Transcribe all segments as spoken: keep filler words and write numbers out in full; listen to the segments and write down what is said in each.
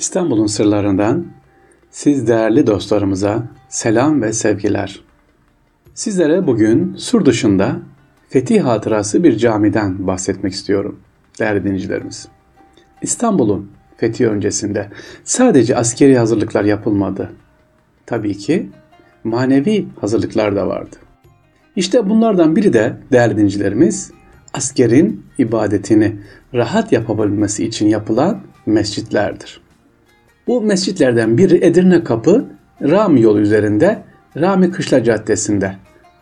İstanbul'un sırlarından siz değerli dostlarımıza selam ve sevgiler. Sizlere bugün Sur dışında fetih hatırası bir camiden bahsetmek istiyorum değerli dinleyicilerimiz. İstanbul'un fethi öncesinde sadece askeri hazırlıklar yapılmadı. Tabii ki manevi hazırlıklar da vardı. İşte bunlardan biri de değerli dinleyicilerimiz askerin ibadetini rahat yapabilmesi için yapılan mescitlerdir. Bu mescitlerden biri Edirne Kapı Rami yolu üzerinde Rami Kışla Caddesi'nde.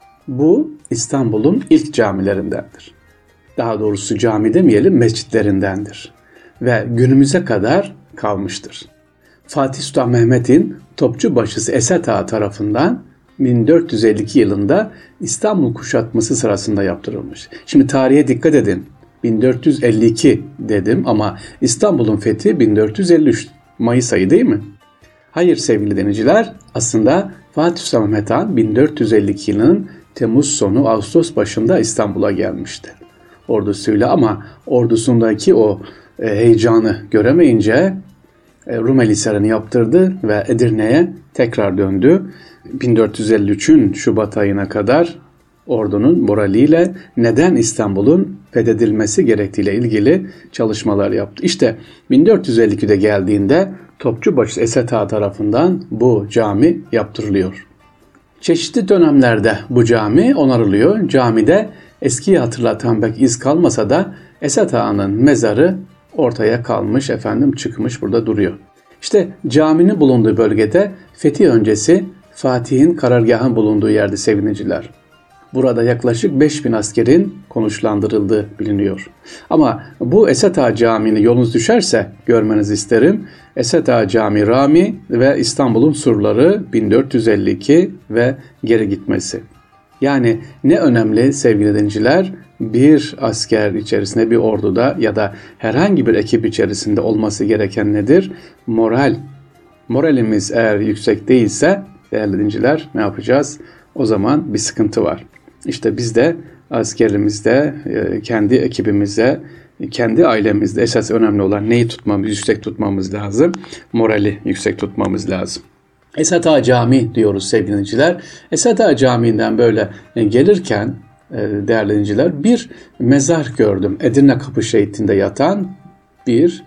Bu İstanbul'un ilk camilerindendir. Daha doğrusu cami demeyelim, mescitlerindendir. Ve günümüze kadar kalmıştır. Fatih Sultan Mehmet'in Topçubaşısı Esat Ağa tarafından bin dört yüz elli iki yılında İstanbul kuşatması sırasında yaptırılmış. Şimdi tarihe dikkat edin. bin dört yüz elli iki dedim ama İstanbul'un fethi bin dört yüz elli üç. Mayıs ayı değil mi? Hayır sevgili dinleyiciler, aslında Fatih Sultan Mehmet Han bin dört yüz elli iki yılının Temmuz sonu Ağustos başında İstanbul'a gelmişti ordusuyla, ama ordusundaki o e, heyecanı göremeyince e, Rumeli Hisarı'nı yaptırdı ve Edirne'ye tekrar döndü. bin dört yüz elli üçün Şubat ayına kadar ordunun moraliyle neden İstanbul'un fethedilmesi gerektiğiyle ilgili çalışmalar yaptı. İşte bin dört yüz elli ikide geldiğinde Topçubaşı Esat Ağa tarafından bu cami yaptırılıyor. Çeşitli dönemlerde bu cami onarılıyor. Camide eskiyi hatırlatan pek iz kalmasa da Esat Ağa'nın mezarı ortaya kalmış, efendim çıkmış, burada duruyor. İşte caminin bulunduğu bölgede fetih öncesi Fatih'in karargahın bulunduğu yerde sevgiliciler. Burada yaklaşık beş bin askerin konuşlandırıldığı biliniyor. Ama bu Esat Ağa Camii'ni yolunuz düşerse görmenizi isterim. Esat Ağa Camii Rami ve İstanbul'un surları bin dört yüz elli iki ve geri gitmesi. Yani ne önemli sevgili dinleyiciler, bir asker içerisinde, bir orduda ya da herhangi bir ekip içerisinde olması gereken nedir? Moral. Moralimiz eğer yüksek değilse değerli dinleyiciler ne yapacağız? O zaman bir sıkıntı var. İşte biz de askerimizde, kendi ekibimizde, kendi ailemizde esas önemli olan neyi tutmamız, yüksek tutmamız lazım? Morali yüksek tutmamız lazım. Esat Ağa Camii diyoruz sevgili dinleyiciler. Esat Ağa Camii'nden böyle gelirken değerli dinleyiciler bir mezar gördüm. Edirne Kapı şehitinde yatan bir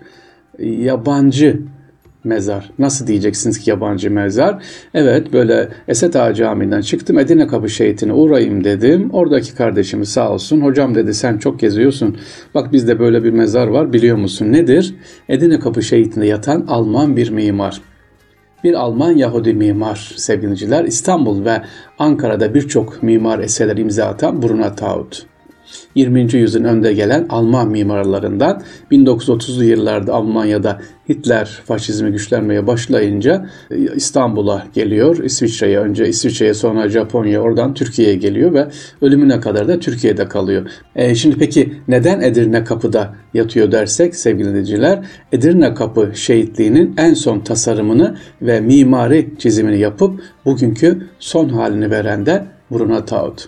yabancı mezar. Nasıl diyeceksiniz ki yabancı mezar? Evet, böyle Esat Ağa Camii'nden çıktım. Edirne Kapı şehitine uğrayayım dedim. Oradaki kardeşimiz sağ olsun. Hocam dedi, sen çok geziyorsun. Bak bizde böyle bir mezar var, biliyor musun? Nedir? Edirne Kapı şehitinde yatan Alman bir mimar. Bir Alman Yahudi mimar sevgiliciler. İstanbul ve Ankara'da birçok mimar eserler imza atan Bruno Taut. yirminci yüzyılın önde gelen Alman mimarlarından. bin dokuz yüz otuzlu yıllarda Almanya'da Hitler faşizmi güçlenmeye başlayınca İstanbul'a geliyor. İsviçre'ye, önce İsviçre'ye, sonra Japonya, oradan Türkiye'ye geliyor ve ölümüne kadar da Türkiye'de kalıyor. E şimdi peki neden Edirne Kapı'da yatıyor dersek sevgili dinleyiciler, Edirne Kapı şehitliğinin en son tasarımını ve mimari çizimini yapıp bugünkü son halini veren de Bruno Taut.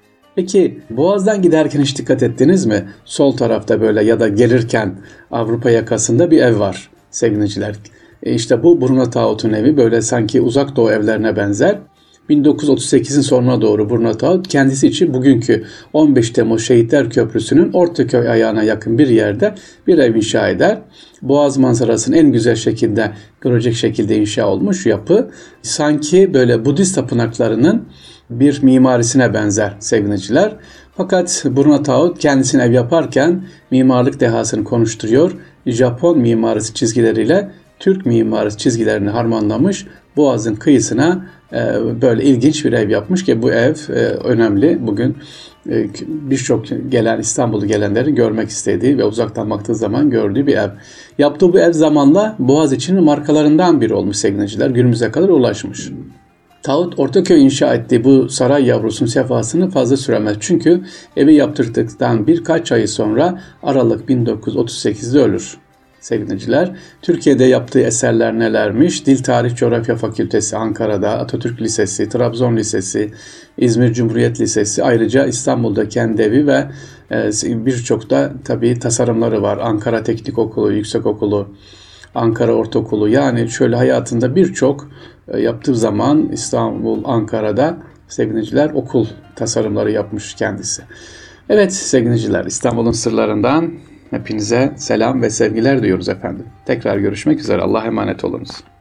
Peki Boğaz'dan giderken hiç dikkat ettiniz mi? Sol tarafta böyle ya da gelirken Avrupa yakasında bir ev var sevgiliciler. E işte bu Bruno Taut'un evi, böyle sanki uzak doğu evlerine benzer. bin dokuz yüz otuz sekizin sonuna doğru Bruno Taut kendisi için bugünkü on beş Temmuz Şehitler Köprüsü'nün Ortaköy ayağına yakın bir yerde bir ev inşa eder. Boğaz manzarasını en güzel şekilde görecek şekilde inşa olmuş yapı. Sanki böyle Budist tapınaklarının bir mimarisine benzer sevgiliciler. Fakat Bruno Taut kendisine ev yaparken mimarlık dehasını konuşturuyor. Japon mimarisi çizgileriyle Türk mimarisi çizgilerini harmanlamış. Boğaz'ın kıyısına e, böyle ilginç bir ev yapmış ki bu ev e, önemli. Bugün e, birçok gelen İstanbul'u gelenlerin görmek istediği ve uzaktan baktığı zaman gördüğü bir ev. Yaptığı bu ev zamanla Boğaziçi'nin markalarından biri olmuş sevgiliciler. Günümüze kadar ulaşmış. Taut Ortaköy inşa ettiği bu saray yavrusunun sefasını fazla süremez. Çünkü evi yaptırdıktan birkaç ay sonra Aralık bin dokuz yüz otuz sekizde ölür. Sevgiliciler, Türkiye'de yaptığı eserler nelermiş? Dil Tarih Coğrafya Fakültesi Ankara'da, Atatürk Lisesi, Trabzon Lisesi, İzmir Cumhuriyet Lisesi, ayrıca İstanbul'da kendi evi ve birçok da tabii tasarımları var. Ankara Teknik Okulu, Yüksekokulu, Ankara Ortaokulu, yani şöyle hayatında birçok yaptığı zaman İstanbul, Ankara'da sevgiliciler okul tasarımları yapmış kendisi. Evet sevgiliciler, İstanbul'un sırlarından hepinize selam ve sevgiler diyoruz efendim. Tekrar görüşmek üzere. Allah'a emanet olunuz.